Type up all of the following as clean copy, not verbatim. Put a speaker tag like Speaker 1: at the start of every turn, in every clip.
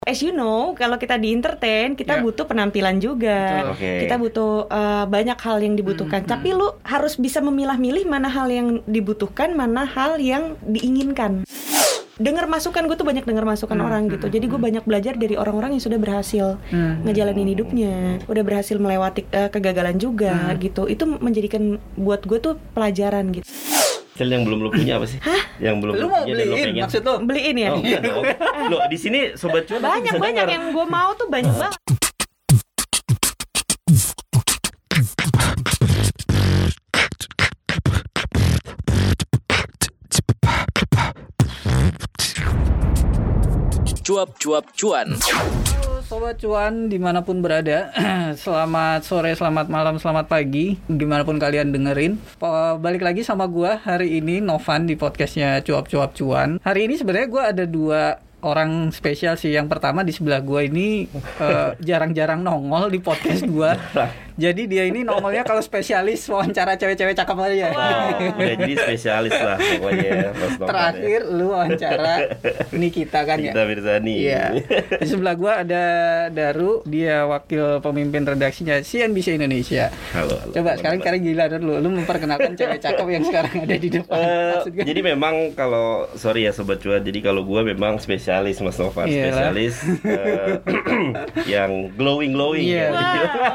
Speaker 1: As you know, kalau kita di entertain, kita butuh penampilan juga.
Speaker 2: Okay.
Speaker 1: Kita butuh banyak hal yang dibutuhkan. Tapi lu harus bisa memilah-milih mana hal yang dibutuhkan, mana hal yang diinginkan. Dengar masukan, gue tuh banyak dengar masukan orang gitu. Jadi gue banyak belajar dari orang-orang yang sudah berhasil ngejalanin hidupnya, udah berhasil melewati kegagalan juga gitu. Itu menjadikan buat gue tuh pelajaran gitu.
Speaker 2: Yang belum lu punya apa sih?
Speaker 1: Hah?
Speaker 2: Yang belum
Speaker 3: lu mau beliin maksud lu?
Speaker 1: Beliin ya?
Speaker 2: Oh, enggak dong. Lu di sini sobat cuan
Speaker 1: banyak yang gue mau tuh banyak banget.
Speaker 4: Cuap-cuap cuan.
Speaker 3: Sobat cuan dimanapun berada, selamat sore, selamat malam, selamat pagi, dimanapun kalian dengerin. Balik lagi sama gue hari ini, Novan, di podcastnya Cuap-cuap cuan. Hari ini sebenarnya gue ada dua orang spesial sih. Yang pertama di sebelah gue ini jarang-jarang nongol di podcast gue. Jadi dia ini nongolnya kalau spesialis wawancara cewek-cewek cakep aja.
Speaker 2: Wow. Udah jadi spesialis lah pokoknya.
Speaker 3: Terakhir lu wawancara Nikita kan ya?
Speaker 2: Nikita Mirzani.
Speaker 3: Iya. Di sebelah gua ada Daru, dia wakil pemimpin redaksinya CNBC Indonesia.
Speaker 2: Halo.
Speaker 3: Coba sekarang gila dulu, lu memperkenalkan cewek cakep yang sekarang ada di depan.
Speaker 2: Jadi memang kalau sorry ya sobat cuan, jadi kalau gua memang spesialis Mas Novan, spesialis yang glowing
Speaker 3: Iya.
Speaker 2: ya.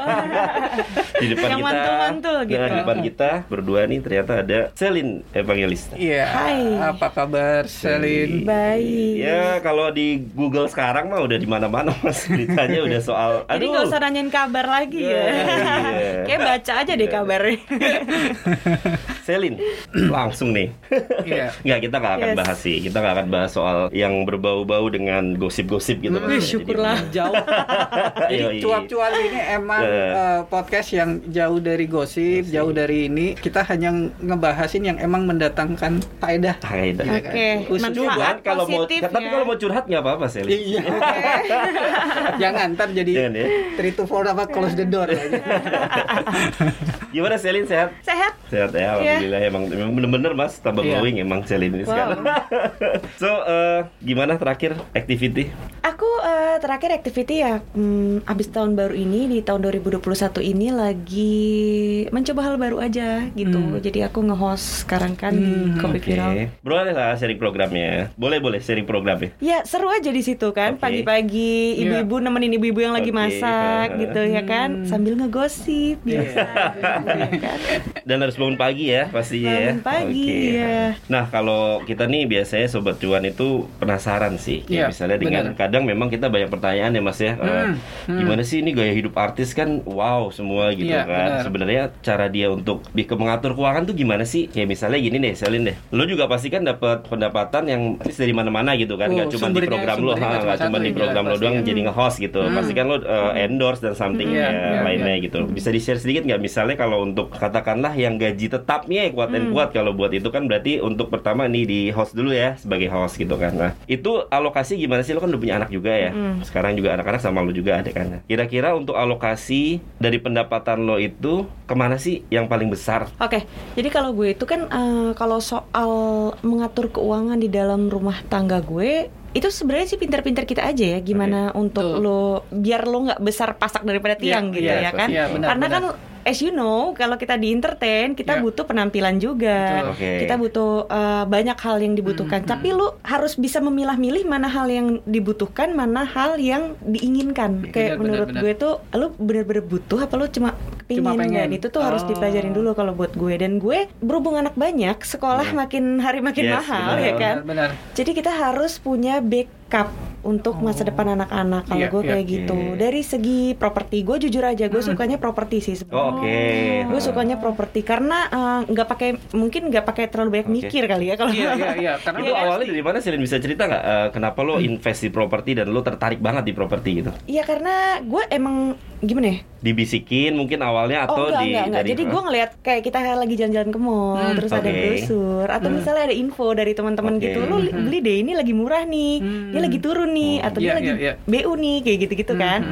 Speaker 2: Di depan
Speaker 1: yang
Speaker 2: kita,
Speaker 1: mantul-mantul gitu.
Speaker 2: Di depan kita berdua nih ternyata ada Selin Evangelista.
Speaker 3: Iya.
Speaker 1: Hai.
Speaker 3: Apa kabar Selin?
Speaker 1: Baik.
Speaker 2: Ya kalau di Google sekarang mah udah di mana-mana Mas, beritanya udah soal.
Speaker 1: Jadi nggak usah nanyain kabar lagi ya.
Speaker 2: Iya.
Speaker 1: Kayak baca aja deh kabarnya.
Speaker 2: Selin, langsung nih.
Speaker 3: Iya.
Speaker 2: Nggak, kita nggak akan bahas sih. Kita nggak akan bahas soal yang berbau-bau dengan gosip-gosip gitu. Mas.
Speaker 1: Syukurlah.
Speaker 3: Jauh. Jadi cuap-cuap ini emang podcast yang jauh dari gosip, jauh dari ini. Kita hanya ngebahasin yang emang mendatangkan faedah.
Speaker 1: Oke.
Speaker 2: Khusus juga kalau mau, tapi kalau mau curhat nggak apa-apa Selin.
Speaker 3: Iya. Jangan ntar jadi 3 to 4 apa close the door aja.
Speaker 2: Gimana Selin, sehat?
Speaker 1: Sehat.
Speaker 2: Sehat ya, alhamdulillah. Emang bener-bener Mas, tambah glowing emang Selin ini sekarang. So, gimana terakhir activity?
Speaker 1: Aku terakhir activity ya abis tahun baru ini, di tahun 2021 ini lagi mencoba hal baru aja gitu. Jadi aku nge-host sekarang kan di Kopi Viral.
Speaker 2: Boleh lah sharing programnya. Boleh sharing programnya.
Speaker 1: Ya seru aja di situ kan. Pagi-pagi ibu-ibu nemenin ibu-ibu yang lagi masak gitu ya kan, sambil ngegosip biasa ya kan.
Speaker 2: Dan harus bangun pagi ya pastinya ya.
Speaker 1: Bangun pagi ya.
Speaker 2: Nah kalau kita nih biasanya sobat cuan itu penasaran sih. Misalnya dengan kadang memang kita banyak pertanyaan ya Mas ya. Gimana sih ini gaya hidup artis kan wow semua gitu kan. Sebenarnya cara dia untuk mengatur keuangan tuh gimana sih? Kayak misalnya gini deh, Selin deh. Lo juga pasti kan dapat pendapatan yang dari mana-mana gitu kan. Gak cuma di program lo, gak cuma di program lo doang jadi nge-host gitu. Pasti kan lo endorse dan something lainnya gitu. Bisa di-share sedikit nggak? Misalnya kalau untuk katakanlah yang gaji tetapnya kuat dan kuat, kalau buat itu kan berarti untuk pertama nih di host dulu ya sebagai host gitu kan. Nah itu alokasi gimana sih? Lo kan udah punya anak juga ya. Sekarang juga anak-anak sama lo juga ada kan. Kira-kira untuk alokasi dari pendapatan lo itu kemana sih yang paling besar?
Speaker 1: Oke, jadi kalau gue itu kan kalau soal mengatur keuangan di dalam rumah tangga gue itu sebenarnya sih pintar-pintar kita aja ya gimana untuk lo biar lo nggak besar pasak daripada tiang gitu ya kan. Karena kan as you know, kalau kita di entertain, kita butuh penampilan juga. Kita butuh banyak hal yang dibutuhkan. Tapi lu harus bisa memilah-milih mana hal yang dibutuhkan, mana hal yang diinginkan. Kayak menurut gue tuh, lu bener-bener butuh apa lu cuma pengen. Dan itu tuh harus dipelajarin dulu kalau buat gue. Dan gue berhubung anak banyak, sekolah makin hari makin mahal ya kan. Jadi kita harus punya backup untuk masa depan anak-anak. Kalau gue kayak gitu. Dari segi properti, gue jujur aja gue sukanya properti sih sebenarnya. Gue sukanya properti karena mungkin nggak pakai terlalu banyak mikir kali ya kalau.
Speaker 3: Iya. Karena
Speaker 2: itu awalnya dari mana sih? Bisa cerita nggak kenapa lo invest di properti dan lo tertarik banget di properti gitu?
Speaker 1: Iya karena gue emang gimana ya?
Speaker 2: Dibisikin mungkin awalnya atau
Speaker 1: enggak. Jadi gue ngeliat kayak kita lagi jalan-jalan ke mall, terus ada brosur atau misalnya ada info dari teman-teman gitu, lo beli deh ini lagi murah nih, dia lagi turun nih, atau dia lagi BU nih, kayak gitu-gitu kan.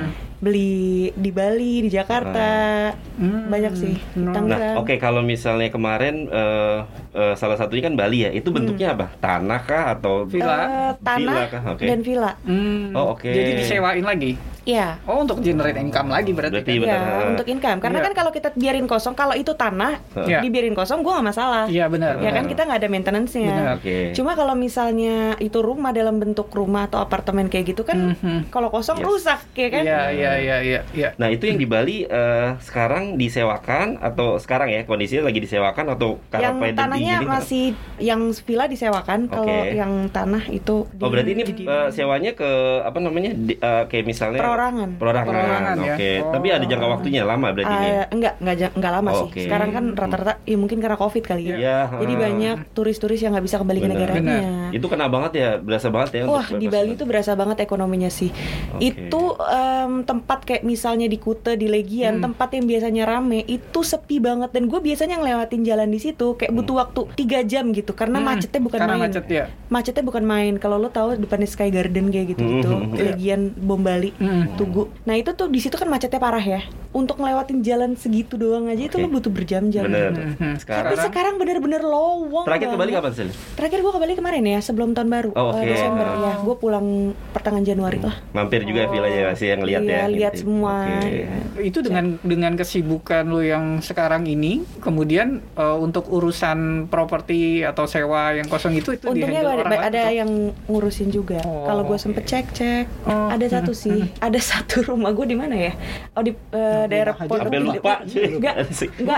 Speaker 1: beli di Bali, di Jakarta, banyak sih.
Speaker 2: Nah, oke, kalau misalnya kemarin salah satunya kan Bali ya, itu bentuknya apa? Tanah kah atau
Speaker 1: tanah
Speaker 2: villa kah?
Speaker 1: dan villa.
Speaker 2: Oh, oke.
Speaker 3: Jadi disewain lagi.
Speaker 1: Iya.
Speaker 3: Oh, untuk generate income lagi berarti kan?
Speaker 1: Iya, untuk income. Karena kan kalau kita biarin kosong, kalau itu tanah, dibiarin kosong, gue nggak masalah.
Speaker 3: Iya, benar.
Speaker 1: Ya kan kita nggak ada maintenance-nya. Cuma kalau misalnya itu rumah dalam bentuk rumah atau apartemen kayak gitu kan, kalau kosong rusak, ya kan?
Speaker 3: Iya.
Speaker 2: Nah, itu yang di Bali sekarang disewakan atau sekarang ya kondisinya lagi disewakan atau karena
Speaker 1: yang tanahnya masih yang villa disewakan. Kalau yang tanah itu.
Speaker 2: Oh, berarti ini sewanya ke apa namanya? Kayak misalnya Perorangan. Oke. Tapi ada jangka waktunya lama berarti ini.
Speaker 1: Enggak lama sih. Sekarang kan rata-rata mungkin karena Covid kali ya. Jadi banyak turis-turis yang nggak bisa kembali ke negaranya.
Speaker 2: Itu kena banget ya, berasa banget ya.
Speaker 1: Wah, di Bali itu berasa banget ekonominya sih. Itu tempat kayak misalnya di Kuta, di Legian, tempat yang biasanya rame itu sepi banget, dan gue biasanya ngelewatin jalan di situ kayak butuh waktu 3 jam gitu karena macetnya bukan main. Macetnya bukan main. Kalau lo tahu depannya Sky Garden kayak gitu-gitu, Legian, Bom Bali. Tugu. Nah itu tuh di situ kan macetnya parah ya. Untuk ngelewatin jalan segitu doang aja itu lo butuh berjam-jam. Tapi sekarang bener-bener lowong.
Speaker 2: Terakhir ke Bali kapan sih?
Speaker 1: Terakhir gue ke Bali kemarin ya, sebelum tahun baru. Desember ya. Gue pulang pertengahan Januari lah.
Speaker 2: Mampir juga villanya masih yang lihat ya.
Speaker 1: Iya, lihat semua.
Speaker 3: Itu dengan kesibukan lo yang sekarang ini, kemudian untuk urusan properti atau sewa yang kosong itu
Speaker 1: untungnya ada yang ngurusin juga. Kalau gue sempet cek, ada satu sih. Ada satu rumah gue di mana ya? Di daerah Pondok Indah. Enggak.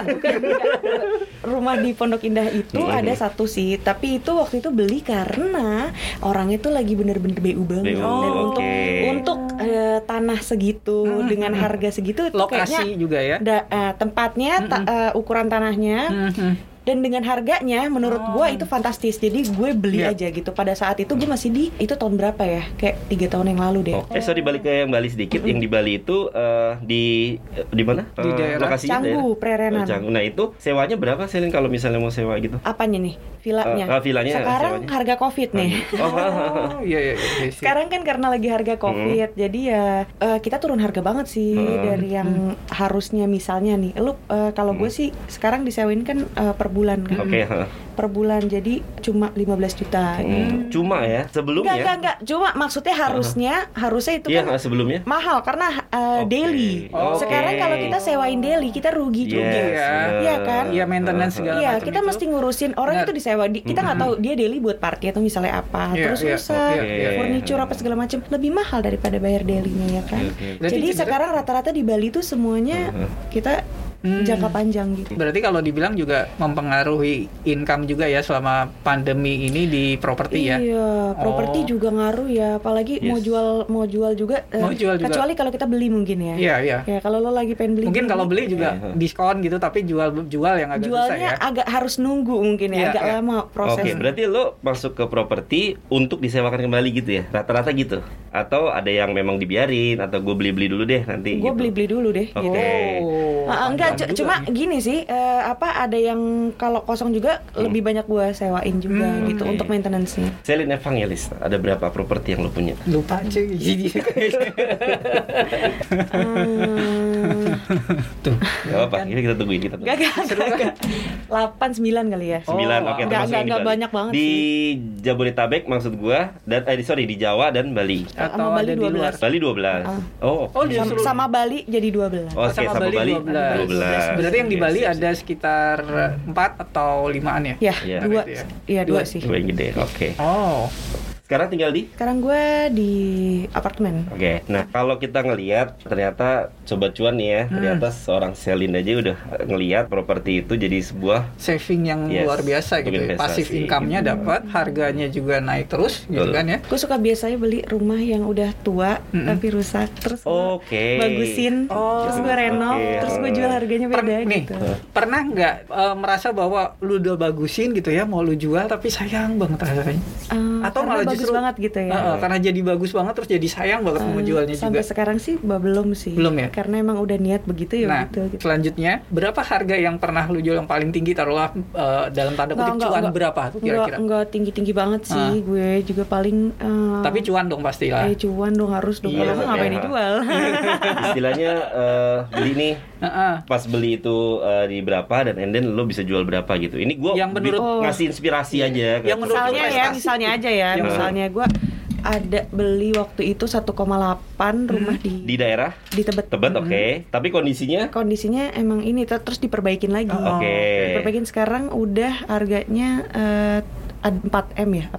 Speaker 1: Rumah di Pondok Indah itu ada satu sih, tapi itu waktu itu beli karena orang itu lagi bener-bener BU banget. Dan untuk tanah segitu dengan harga segitu itu
Speaker 3: lokasi kayaknya juga ya.
Speaker 1: Tempatnya, ukuran tanahnya. Dan dengan harganya menurut gue itu fantastis. Jadi gue beli aja gitu. Pada saat itu gue masih itu tahun berapa ya? Kayak 3 tahun yang lalu deh.
Speaker 2: Sorry, balik ke yang Bali sedikit. Yang di Bali itu di mana?
Speaker 3: Di daerah
Speaker 2: lokasinya
Speaker 1: Canggu, Prerenan.
Speaker 2: Nah itu sewanya berapa Selin kalau misalnya mau sewa gitu?
Speaker 1: Apanya nih? Villanya?
Speaker 2: Villanya.
Speaker 1: Sekarang
Speaker 2: sewanya.
Speaker 1: Harga Covid nih.
Speaker 3: Iya.
Speaker 1: Sekarang kan karena lagi harga Covid. Jadi ya kita turun harga banget sih dari yang harusnya misalnya nih. Lu kalau gue sih sekarang disewain kan per bulan kan. Per bulan, jadi cuma 15 juta.
Speaker 2: Cuma ya? Sebelumnya?
Speaker 1: Enggak. Cuma maksudnya harusnya itu kan
Speaker 2: sebelumnya
Speaker 1: mahal karena daily. Sekarang kalau kita sewain daily kita rugi juga. Iya kan?
Speaker 3: Iya, maintenance segala macam.
Speaker 1: Iya, kita mesti ngurusin orang itu disewa. Kita nggak tahu dia daily buat party atau misalnya apa. Terus rusak, furniture apa segala macam. Lebih mahal daripada bayar daily-nya ya kan. Jadi sekarang rata-rata di Bali tuh semuanya kita jangka panjang gitu.
Speaker 3: Berarti kalau dibilang juga mempengaruhi income juga ya selama pandemi ini di properti ya.
Speaker 1: Iya, properti juga ngaruh ya, apalagi mau jual juga. Kecuali kalau kita beli mungkin ya.
Speaker 3: Iya.
Speaker 1: Ya kalau lo lagi pengen beli.
Speaker 3: Mungkin kalau beli juga diskon gitu, tapi jual yang agak susah ya.
Speaker 1: Jualnya agak harus nunggu mungkin ya, agak lama prosesnya.
Speaker 2: Berarti lo masuk ke properti untuk disewakan kembali gitu ya? Rata-rata gitu? Atau ada yang memang dibiarin atau gue beli dulu deh nanti?
Speaker 1: Gue beli dulu deh. Enggak, cuma gini sih, ada yang kalau kosong juga lebih banyak gue sewain juga gitu untuk maintenance-nya.
Speaker 2: Selin Evangelis, ada berapa properti yang lo punya?
Speaker 3: Lupa cuy.
Speaker 2: Tuh, gak apa-apa, kita tungguin.
Speaker 1: Gak. 8-9 kali ya.
Speaker 2: 9, oke.
Speaker 1: Gak banyak banget
Speaker 2: di
Speaker 1: sih.
Speaker 2: Di Jabodetabek maksud gue, di Jawa dan Bali.
Speaker 1: Atau Bali 12.
Speaker 2: Bali 12.
Speaker 1: Sama Bali jadi 12.
Speaker 2: Sama Bali 12.
Speaker 3: Berarti yang di Bali ada sekitar 4 atau 5-an ya?
Speaker 1: Iya, 2 sih.
Speaker 2: 2 yang gede, oke. Sekarang tinggal di?
Speaker 1: Sekarang gue di apartemen.
Speaker 2: Oke. Nah, kalau kita ngelihat ternyata Sobat Cuan nih ya, ternyata seorang Selin aja udah ngelihat properti itu jadi sebuah
Speaker 3: saving yang luar biasa gitu ya. Pasif income-nya dapat, harganya juga naik terus gitu kan ya.
Speaker 1: Gue suka biasanya beli rumah yang udah tua tapi rusak, terus bagusin, terus gue renov, terus gue jual harganya beda gitu.
Speaker 3: Pernah nggak merasa bahwa lu udah bagusin gitu ya, mau lu jual tapi sayang banget rasanya? Atau malah
Speaker 1: bagus banget gitu ya.
Speaker 3: Karena jadi bagus banget terus jadi sayang banget mau jualnya juga.
Speaker 1: Sampai sekarang sih belum sih.
Speaker 3: Belum ya?
Speaker 1: Karena emang udah niat begitu ya gitu.
Speaker 3: Selanjutnya, berapa harga yang pernah lu jual yang paling tinggi, taruhlah dalam tanda kutip cuan berapa tuh kira-kira?
Speaker 1: Enggak tinggi-tinggi banget sih. Gue juga paling
Speaker 3: tapi cuan dong pastilah.
Speaker 1: Cuan dong harus dong. Kalau ngapain dijual?
Speaker 2: Istilahnya beli nih. Pas beli itu di berapa dan then lo bisa jual berapa gitu. Ini gue ngasih inspirasi aja.
Speaker 1: Misalnya aja ya. Misalnya gue ada beli waktu itu 1,8 rumah di
Speaker 2: daerah
Speaker 1: di Tebet.
Speaker 2: Oke. Tapi kondisinya
Speaker 1: emang ini terus diperbaikin lagi. Diperbaikin sekarang udah harganya 4M ya,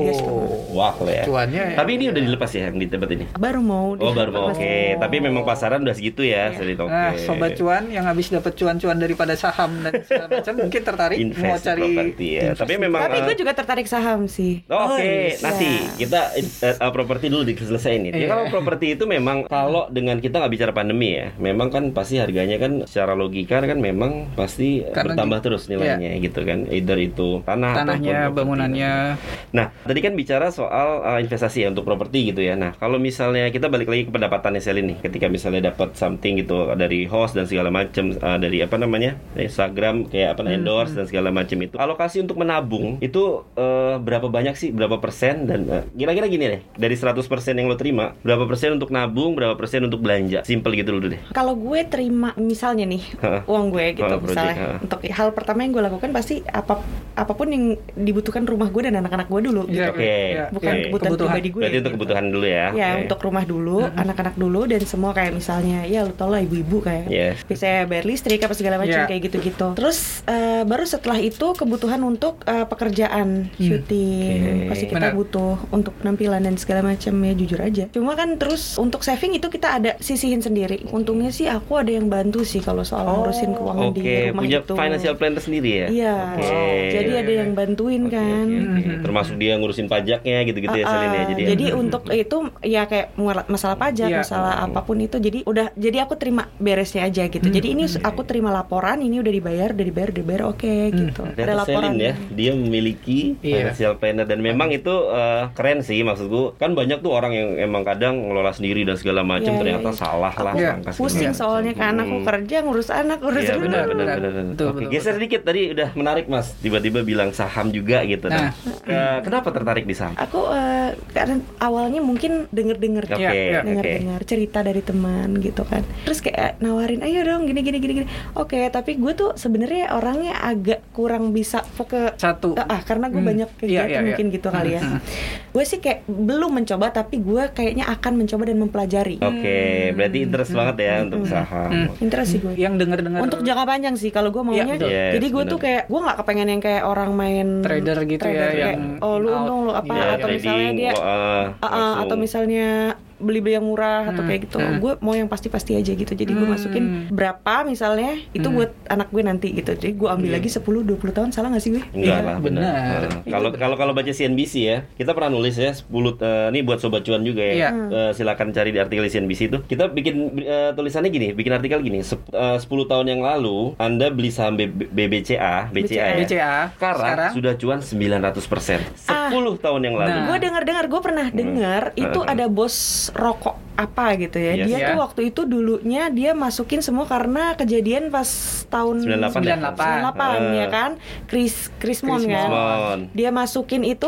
Speaker 1: 4
Speaker 2: wah ya.
Speaker 3: Cuannya.
Speaker 2: Tapi ini udah dilepas ya yang di Tebet ini.
Speaker 1: Baru mau.
Speaker 2: Oke. Tapi memang pasaran udah segitu ya.
Speaker 3: Sobat cuan yang habis dapat cuan-cuan daripada saham dan segala macam mungkin tertarik mau cari
Speaker 2: properti ya. Tapi
Speaker 1: gue juga tertarik saham sih.
Speaker 2: Oke. Nanti kita properti dulu selesai ini. Ya kalau properti itu memang kalau dengan kita nggak bicara pandemi ya, memang kan pasti harganya kan secara logika kan memang pasti bertambah terus nilainya gitu kan. Either itu
Speaker 3: tanahnya, bangunannya.
Speaker 2: Nah, tadi kan bicara soal investasi ya untuk properti gitu ya. Nah, kalau misalnya kita balik lagi ke pendapatannya Selin nih, ketika misalnya dapat something gitu dari host dan segala macam, dari Instagram kayak endorse dan segala macam itu. Alokasi untuk menabung itu berapa banyak sih? Berapa persen? Dan kira-kira gini deh, dari 100% yang lo terima, berapa persen untuk nabung, berapa persen untuk belanja? Simple gitu dulu deh.
Speaker 1: Kalau gue terima misalnya nih uang gue gitu, misalnya untuk hal pertama yang gue lakukan pasti apapun yang dibutuhkan rumah gue dan anak-anak gue dulu gitu. Bukan kebutuhan pribadi gue.
Speaker 2: Berarti untuk kebutuhan dulu ya.
Speaker 1: Untuk rumah dulu, anak-anak dulu, dan semua kayak misalnya ya lu tau lah ibu-ibu kayak bisa bayar listrik apa segala macam kayak gitu-gitu. Terus baru setelah itu kebutuhan untuk pekerjaan, syuting, pasti kita butuh untuk penampilan dan segala macam ya, jujur aja. Cuma kan terus untuk saving itu kita ada sisihin sendiri. Untungnya sih aku ada yang bantu sih kalau soal ngurusin keuangan di rumah
Speaker 2: punya
Speaker 1: itu.
Speaker 2: Financial planner sendiri ya?
Speaker 1: Iya. Jadi ada yang bantuin kan.
Speaker 2: Termasuk dia ngurusin pajaknya gitu-gitu ya Selin ya.
Speaker 1: Jadi untuk itu ya kayak masalah pajak, masalah apapun itu. Jadi aku terima beresnya aja gitu. Jadi ini aku terima laporan, ini udah dibayar oke gitu.
Speaker 2: Ada laporan ya. Dia memiliki financial planner dan memang itu keren sih maksudku. Kan banyak tuh orang yang emang kadang ngelola sendiri dan segala macam ternyata salah lah.
Speaker 1: Pusing soalnya kan aku kerja ngurus anak,
Speaker 2: benar. Oke, geser dikit tadi udah menarik Mas. Tiba-tiba bilang saham juga gitu. Nah, kenapa tertarik di saham?
Speaker 1: Aku karena awalnya mungkin dengar cerita dari teman gitu kan. Terus kayak nawarin, ayo dong gini. Oke, tapi gue tuh sebenarnya orangnya agak kurang bisa fokus
Speaker 3: satu.
Speaker 1: Karena gue banyak kegiatan mungkin gitu kali ya. Gue sih kayak belum mencoba, tapi gue kayaknya akan mencoba dan mempelajari.
Speaker 2: Oke, berarti interest banget ya untuk saham.
Speaker 1: Interest sih gue.
Speaker 3: Yang dengar
Speaker 1: untuk jangka panjang sih kalau gue maunya. Jadi gue tuh kayak gue nggak kepengen yang kayak orang main
Speaker 3: trader gitu ya, yang
Speaker 1: lu untung lu apa atau misalnya dia atau misalnya beli yang murah atau kayak gitu. Gue mau yang pasti-pasti aja gitu. Jadi gue masukin berapa misalnya itu buat anak gue nanti gitu. Jadi gue ambil lagi 10-20 tahun, salah gak sih gue?
Speaker 2: Enggak lah, benar. Kalau baca CNBC ya, kita pernah nulis ya 10 ini buat sobat cuan juga ya. Silakan cari di artikel CNBC itu. Kita bikin tulisannya gini, bikin artikel gini. 10 tahun yang lalu Anda beli saham BCA ya. Sekarang sudah cuan 900%. 10 tahun yang lalu.
Speaker 1: Gue gue pernah dengar itu ada bos rokok apa gitu ya. Dia tuh waktu itu dulunya dia masukin semua karena kejadian pas tahun 98 ya kan. Chris Mon kan. Dia masukin itu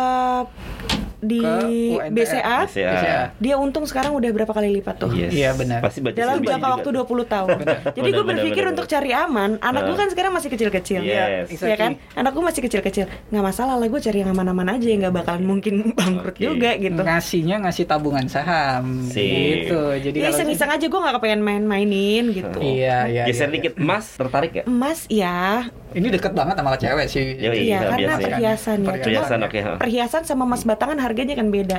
Speaker 1: di BCA. Dia untung sekarang udah berapa kali lipat tuh.
Speaker 3: Iya benar.
Speaker 1: Dalam jangka waktu 20 tahun. Jadi gue berpikir untuk cari aman. Anak gue kan sekarang masih kecil-kecil. Ya kan? Anak gue masih kecil-kecil. Nggak masalah lah, gue cari yang aman-aman aja, yang nggak bakalan mungkin bangkrut juga gitu.
Speaker 3: Ngasih tabungan saham gitu. Jadi
Speaker 1: iseng-iseng aja, gue nggak kepengen main-mainin gitu.
Speaker 3: Iya.
Speaker 2: Geser dikit, emas tertarik ya?
Speaker 1: Emas ya.
Speaker 3: Ini deket banget sama cewek sih.
Speaker 1: Iya, karena perhiasan ya. Perhiasan sama emas batangan harganya kan beda.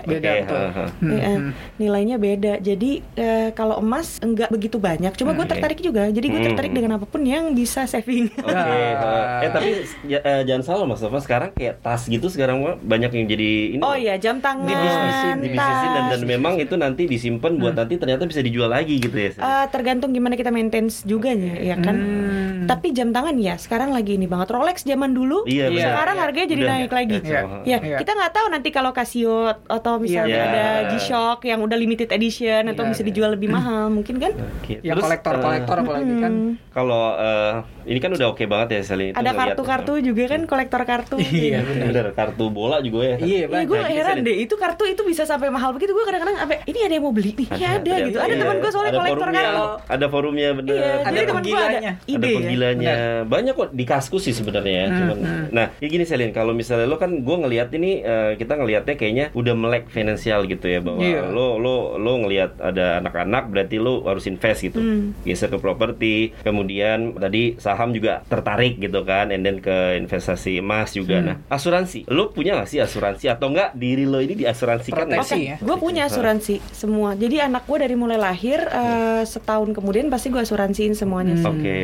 Speaker 1: Nilainya beda. Jadi kalau emas enggak begitu banyak. Cuma gue tertarik juga. Jadi gue tertarik dengan apapun yang bisa saving.
Speaker 2: Tapi jangan salah Mas Nova, sekarang kayak tas gitu sekarang banyak yang jadi ini.
Speaker 1: Oh iya, jam tangan.
Speaker 2: Dibisnisin dan memang itu nanti disimpan buat nanti ternyata bisa dijual lagi gitu ya.
Speaker 1: Tergantung gimana kita maintenance juga ya kan. Tapi jam tangan ya sekarang lagi ini banget. Rolex zaman dulu, sekarang harganya jadi naik lagi. Kita nggak tahu nanti kalau kasih Casio atau misalnya ada G-Shock yang udah limited edition atau bisa dijual lebih mahal mungkin kan.
Speaker 3: Yang kolektor-kolektor apalagi kan.
Speaker 2: Kalau ini kan udah oke banget ya Selin.
Speaker 1: Ada kartu-kartu juga kan, kolektor kartu.
Speaker 3: Iya benar.
Speaker 2: Kartu bola juga ya.
Speaker 3: Iya
Speaker 1: banget. Gue heran deh, itu kartu itu bisa sampai mahal begitu. Gue kadang-kadang ini ada yang mau beli nih. Iya ada gitu. Ada teman gue soalnya kolektor kartu.
Speaker 2: Ada forumnya bener.
Speaker 1: Iya,
Speaker 3: ada penggilanya.
Speaker 2: Ada penggilanya. Banyak kok di Kaskus sih sebenarnya. Cuman, nah, ya gini Selin, kalau misalnya lo kan gue ngelihat ini kita ngelihatnya kayaknya udah melek finansial gitu ya, bahwa lo ngelihat ada anak-anak berarti lo harus invest gitu. Geser ke properti, kemudian tadi saham juga tertarik gitu kan, and then ke investasi emas juga. Nah, asuransi, lo punya nggak sih asuransi atau enggak diri lo ini diasuransikan?
Speaker 1: Gue punya asuransi semua. Jadi anak gue dari mulai lahir setahun kemudian pasti gue asuransiin semuanya.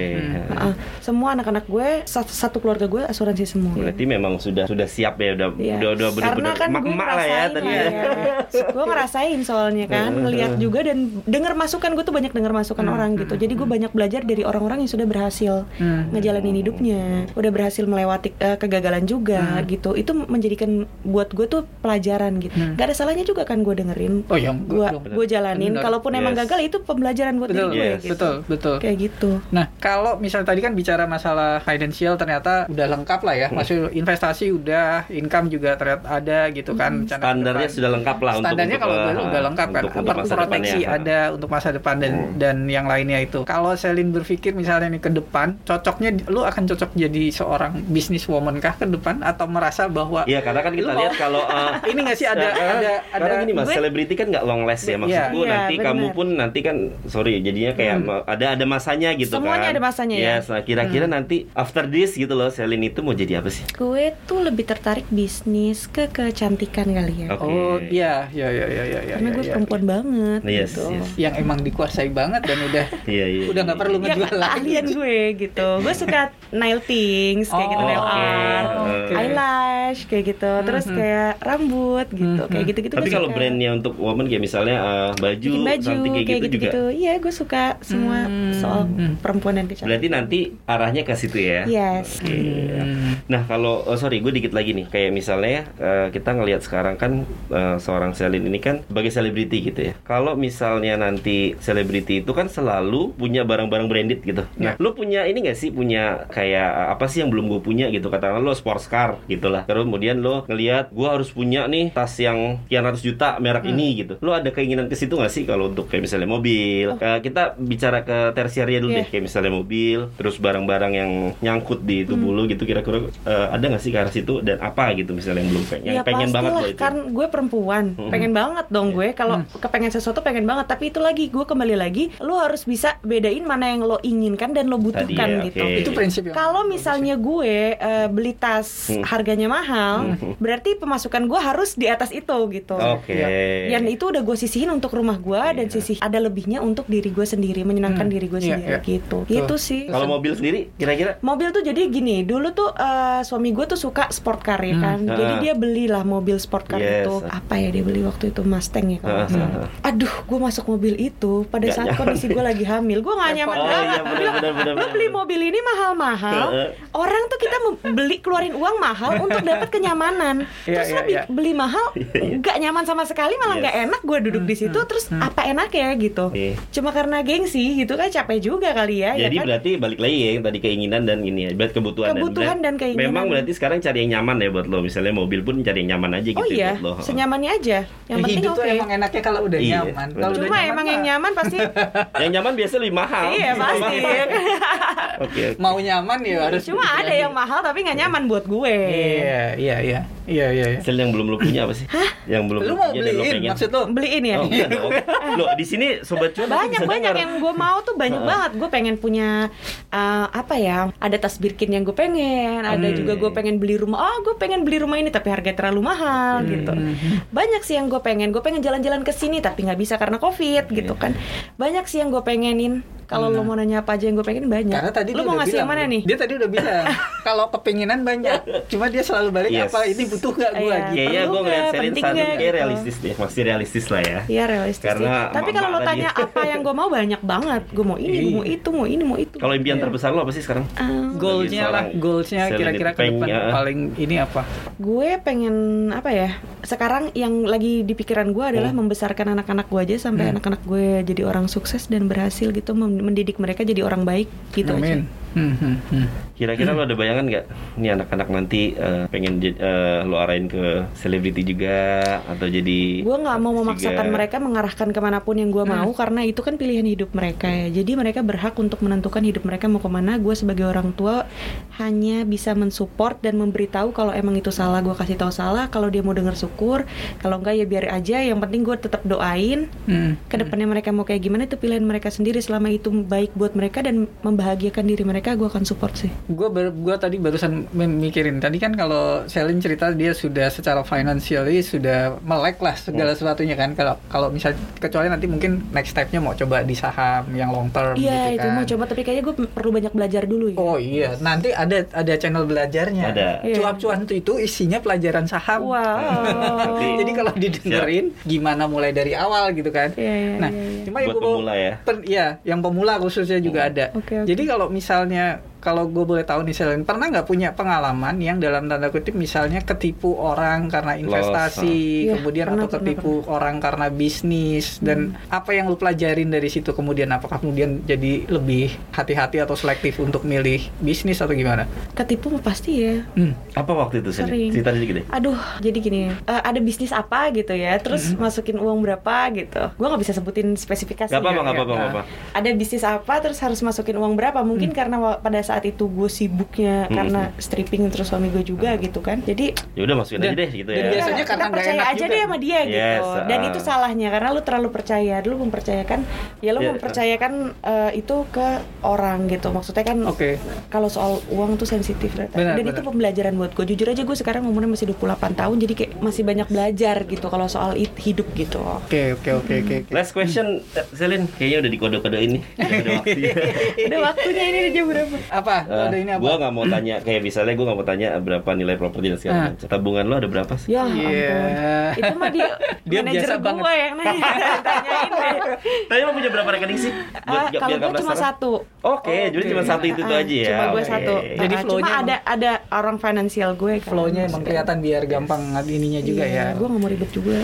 Speaker 1: Semua anak-anak gue satu keluarga gue asuransi semua.
Speaker 2: Berarti memang sudah siap ya, udah benar-benar
Speaker 1: kan
Speaker 2: emak lah ya tadi ya.
Speaker 1: Gue ngerasain soalnya kan, ngelihat juga dan dengar masukan. Gue tuh banyak dengar masukan orang gitu. Jadi gue banyak belajar dari orang-orang yang sudah berhasil ngejalanin hidupnya, udah berhasil melewati kegagalan juga gitu. Itu menjadikan buat gue tuh pelajaran gitu. Gak ada salahnya juga kan gue dengerin. Gue jalanin. Kalaupun emang gagal itu pembelajaran buat diri gue.
Speaker 3: Betul.
Speaker 1: Kayak gitu.
Speaker 3: Nah, kalau misalnya tadi kan bicara masalah financial, ternyata udah lengkap lah ya. Maksud investasi udah, income juga ternyata ada gitu kan.
Speaker 2: Standarnya sudah lengkap lah.
Speaker 3: Standarnya kalau udah lengkap kan. Proteksi ada untuk masa depan dan yang lainnya itu. Kalau Selin berpikir misalnya nih ke depan, cocoknya lu akan cocok jadi seorang businesswoman kah ke depan, atau merasa bahwa
Speaker 2: iya, karena kan kita lihat kalau
Speaker 3: ini nggak sih ada
Speaker 2: karena gini Mas, selebriti kan nggak long last ya, maksudku nanti kamu pun nanti kan jadinya kayak ada masanya gitu.
Speaker 1: Semuanya kan ada masanya ya.
Speaker 2: Nah, kira-kira nanti after this gitu loh, Selin itu mau jadi apa sih?
Speaker 1: Gue tuh lebih tertarik bisnis kecantikan kali ya.
Speaker 3: Oh iya.
Speaker 1: Karena gue perempuan banget gitu.
Speaker 3: Yang emang dikuasai banget dan udah nggak perlu ngejual lagi.
Speaker 1: Keahlian gue gitu. Gue suka nail things kayak gitu, nail art, eyelash kayak gitu. Terus kayak rambut gitu, kayak gitu-gitu.
Speaker 2: Tapi kalau brandnya untuk woman kayak misalnya baju cantik kayak gitu juga.
Speaker 1: Iya, gue suka semua soal perempuan dan kecantikan.
Speaker 2: Berarti nanti arahnya ke situ ya.
Speaker 1: Yes.
Speaker 2: Nah, kalau gue dikit lagi nih, kayak misalnya kita ngelihat sekarang kan seorang Selin ini kan sebagai selebriti gitu ya. Kalau misalnya nanti selebriti itu kan selalu punya barang-barang branded gitu. Nah, lo punya ini nggak sih, punya kayak apa sih yang belum gue punya gitu? Katakanlah lo sports car gitulah. Terus kemudian lo ngelihat gue harus punya nih tas yang sekian ratus juta merek ini gitu. Lo ada keinginan ke situ nggak sih kalau untuk kayak misalnya mobil? Kita bicara ke tersiarnya dulu deh, kayak misalnya mobil, terus barang-barang yang nyangkut di tubuh lo gitu, kira-kira ada nggak sih ke arah situ, dan apa gitu misalnya yang belum pengen banget lo itu?
Speaker 1: Kan gue perempuan, pengen banget dong gue kalau kepengen sesuatu pengen banget, tapi itu lagi gue kembali lagi, lo harus bisa bedain mana yang lo inginkan dan lo butuhkan gitu.
Speaker 3: Itu prinsip.
Speaker 1: Kalau misalnya gue beli tas harganya mahal, berarti pemasukan gue harus di atas itu gitu. Dan itu udah gue sisihin untuk rumah gue dan sisih ada lebihnya untuk diri gue sendiri, menyenangkan diri gue sendiri gitu. Gitu sih.
Speaker 2: Kalau mobil sendiri kira-kira?
Speaker 1: Mobil tuh jadi gini, dulu tuh suami gue tuh suka sport car ya kan. Jadi dia belilah mobil sport car itu. Apa ya dia beli waktu itu, Mustang ya kalau nggak salah. Aduh, gue masuk mobil itu pada saat kondisi gue lagi hamil, gue nggak nyaman banget. Lo beli mobil ini mahal-mahal, orang tuh kita keluarin uang mahal untuk dapat kenyamanan. Terus lo beli mahal, nggak nyaman sama sekali, malah nggak enak. Gue duduk di situ, terus apa enak ya gitu. Cuma karena gengsi gitu kan, capek juga kali ya.
Speaker 2: Jadi
Speaker 1: ya kan?
Speaker 2: berarti balik lagi ya yang tadi keinginan dan ini ya, berarti kebutuhan dan keinginan. Memang berarti sekarang cari yang nyaman ya buat lo. Misalnya mobil pun cari yang nyaman aja gitu buat lo.
Speaker 1: Senyamannya aja. Yang penting
Speaker 3: hidup tuh emang enaknya kalau udah nyaman. Kalau
Speaker 1: cuma udah emang yang nyaman pasti.
Speaker 2: Yang nyaman biasa lebih mahal.
Speaker 1: Iya pasti.
Speaker 3: Mau nyaman ya harus.
Speaker 1: Cuma ada yang mahal tapi nggak nyaman buat gue.
Speaker 3: Iya.
Speaker 2: Sel yang belum lo punya apa sih? Yang belum
Speaker 3: lo punya dan lo pengen. Maksud lo
Speaker 1: beliin ya?
Speaker 2: Lo di sini sobat cuan
Speaker 1: banyak yang gue mau tuh banyak banget. Gue pengen punya apa ya? Ada tas Birkin yang gue pengen. Ada juga gue pengen beli rumah. Gue pengen beli rumah ini tapi harga terlalu mahal gitu. Banyak sih yang gue pengen. Gue pengen jalan-jalan ke sini tapi nggak bisa karena COVID gitu kan. Banyak sih yang gue pengenin. Kalau lo mau nanya apa aja yang gue pengen banyak.
Speaker 3: Karena tadi
Speaker 1: lo mau ngasih yang mana nih?
Speaker 3: Dia tadi udah bilang kalau kepinginan banyak, cuma dia selalu balik apa ini butuh gak gue gitu.
Speaker 2: Kayaknya gue ngeliat Selin saat ini kayak realistis deh, masih realistis lah ya.
Speaker 1: Iya realistis. Karena tapi kalau lo tanya apa yang gue mau banyak banget. Gue mau ini, gue mau itu, mau ini, mau itu.
Speaker 2: Kalau impian terbesar lo apa sih sekarang?
Speaker 3: Goalsnya kira-kira ke depan paling ini apa?
Speaker 1: Gue pengen apa ya? Sekarang yang lagi di pikiran gue adalah membesarkan anak-anak gue aja sampai anak-anak gue jadi orang sukses dan berhasil gitu, mendidik mereka jadi orang baik gitu. Amin.
Speaker 3: Aja.
Speaker 2: Kira-kira lo ada bayangan nggak? Ini anak-anak nanti pengen lo arahin ke selebriti juga atau jadi?
Speaker 1: Gue nggak mau memaksakan mereka mengarahkan kemanapun yang gue mau karena itu kan pilihan hidup mereka ya. Jadi mereka berhak untuk menentukan hidup mereka mau kemana. Gue sebagai orang tua hanya bisa mensupport dan memberitahu kalau emang itu salah gue kasih tahu salah. Kalau dia mau dengar syukur, kalau enggak ya biar aja. Yang penting gue tetap doain. Kedepannya mereka mau kayak gimana itu pilihan mereka sendiri. Selama itu baik buat mereka dan membahagiakan diri mereka, gue akan support sih.
Speaker 3: Gue tadi barusan mikirin tadi kan kalau Selin cerita dia sudah secara financially sudah melek lah segala sesuatunya kan. Kalau misal kecuali nanti mungkin next step-nya mau coba di saham yang long term gitu kan. Iya
Speaker 1: itu mau coba tapi kayaknya gue perlu banyak belajar dulu ya.
Speaker 3: Oh iya nanti ada channel belajarnya.
Speaker 2: Ada.
Speaker 3: Cuap-cuan itu isinya pelajaran saham.
Speaker 1: Wow.
Speaker 3: Jadi kalau didengerin gimana mulai dari awal gitu kan. Nah cuma
Speaker 2: buat pemula ya.
Speaker 3: Yang pemula khususnya juga ada.
Speaker 1: Okay.
Speaker 3: Jadi kalau misalnya kalau gue boleh tahu nih Selin, pernah nggak punya pengalaman yang dalam tanda kutip misalnya ketipu orang karena investasi, kemudian atau ketipu orang karena bisnis dan apa yang lu pelajarin dari situ kemudian apakah kemudian jadi lebih hati-hati atau selektif untuk milih bisnis atau gimana?
Speaker 1: Ketipu pasti ya.
Speaker 2: Apa waktu itu Selin? Cerita sedikit deh.
Speaker 1: Aduh, jadi gini, ada bisnis apa gitu ya, terus masukin uang berapa gitu. Gue nggak bisa sebutin spesifikasi.
Speaker 2: Gak apa-apa.
Speaker 1: Ada bisnis apa, terus harus masukin uang berapa? Mungkin karena pada saat itu gue sibuknya karena stripping terus suami gue juga gitu kan. Jadi
Speaker 2: ya udah masukin aja deh gitu ya.
Speaker 3: Dan biasanya karena
Speaker 1: kita percaya aja deh sama dia gitu. Dan itu salahnya karena lu terlalu percaya. Lu mempercayakan itu ke orang gitu. Maksudnya kan kalau soal uang tuh sensitif dan itu pembelajaran buat gue. Jujur aja gue sekarang umurnya masih 28 tahun jadi kayak masih banyak belajar gitu kalau soal hidup gitu.
Speaker 3: Oke.
Speaker 2: Last question Selin, kayaknya udah dikode-kode ini.
Speaker 1: Udah waktunya ini udah jam berapa?
Speaker 3: Apa?
Speaker 2: Gue nggak mau tanya kayak misalnya gue nggak mau tanya berapa nilai properti dan segala macam. Tabungan lo ada berapa sih?
Speaker 1: Ya ampun. Itu mah dia manajer gue yang tanyain deh.
Speaker 2: Tapi lo punya berapa rekening sih?
Speaker 1: Kalau gue cuma satu.
Speaker 2: Oke, jadi cuma satu itu aja ya.
Speaker 1: Cuma gue satu.
Speaker 3: Jadi
Speaker 1: cuma ada orang finansial gue.
Speaker 3: Flow-nya emang kelihatan biar gampang ininya juga ya.
Speaker 1: Gue nggak mau ribet juga.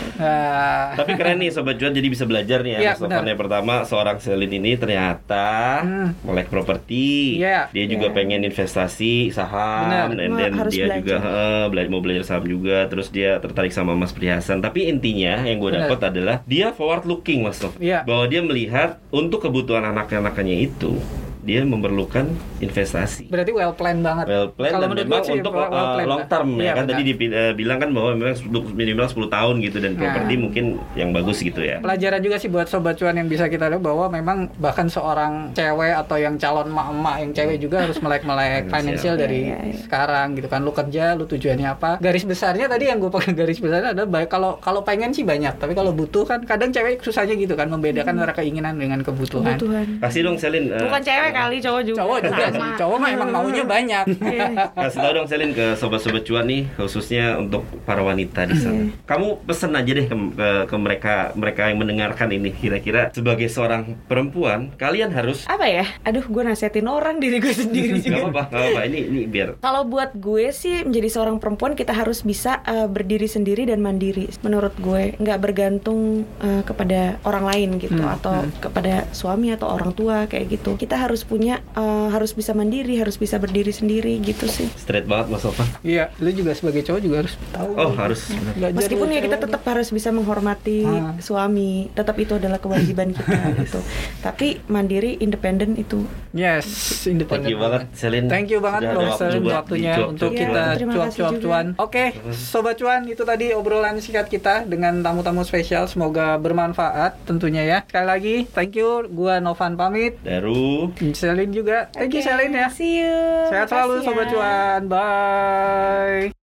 Speaker 2: Tapi keren nih Sobat Cuan, jadi bisa belajar nih ya. Yang pertama seorang Selin ini ternyata melek properti. Dia juga pengen investasi saham, dan dia belajar. Juga mau belajar saham juga, terus dia tertarik sama emas perhiasan. Tapi intinya yang gue dapat adalah dia forward looking Mas Nof, bahwa dia melihat untuk kebutuhan anak-anaknya itu dia memerlukan investasi.
Speaker 3: Berarti well plan banget.
Speaker 2: Well plan dan memang untuk long term ya kan. Tadi dibilang kan bahwa memang minimal 10 tahun gitu dan properti mungkin yang bagus gitu ya.
Speaker 3: Pelajaran juga sih buat Sobat Cuan yang bisa kita lihat bahwa memang bahkan seorang cewek atau yang calon emak-emak yang cewek juga harus melek-melek financial dari sekarang gitu kan. Lu kerja, lu tujuannya apa? Garis besarnya tadi yang gue pakai garis besarnya adalah kalau pengen sih banyak, tapi kalau butuh kan kadang cewek susahnya gitu kan membedakan antara keinginan dengan kebutuhan.
Speaker 2: Kasih dong Selin.
Speaker 1: Bukan cewek kali, cowok juga
Speaker 3: sih. Cowok mah emang maunya banyak.
Speaker 2: Kasih tahu dong Selin ke sobat-sobat cuan nih, khususnya untuk para wanita di sana. Kamu pesen aja deh ke mereka yang mendengarkan ini, kira-kira sebagai seorang perempuan kalian harus
Speaker 1: apa ya? Aduh, gue nasihatin orang diri gue sendiri juga.
Speaker 2: Gak apa-apa. Ini biar.
Speaker 1: Kalau buat gue sih menjadi seorang perempuan kita harus bisa berdiri sendiri dan mandiri. Menurut gue nggak bergantung kepada orang lain gitu atau kepada suami atau orang tua kayak gitu. Kita harus harus bisa mandiri, harus bisa berdiri sendiri gitu sih.
Speaker 2: Straight banget Mas Sofan.
Speaker 3: Iya, lu juga sebagai cowok juga harus tahu.
Speaker 2: Harus.
Speaker 1: Meskipun ya kita tetap harus bisa menghormati suami, tetap itu adalah kewajiban kita gitu. Tapi mandiri, independen itu.
Speaker 3: Yes, independen.
Speaker 2: Thank you banget Selin.
Speaker 3: Thank you banget Selin waktunya untuk kita cuap-cuap cuan. Oke, Sobat Cuan, itu tadi obrolan singkat kita dengan tamu-tamu spesial. Semoga bermanfaat tentunya ya. Sekali lagi, thank you. Gua Novan pamit.
Speaker 2: Daru.
Speaker 3: Selin juga. Thank you Selin ya.
Speaker 1: See you.
Speaker 3: Sehat selalu Sobat Cuan. Bye.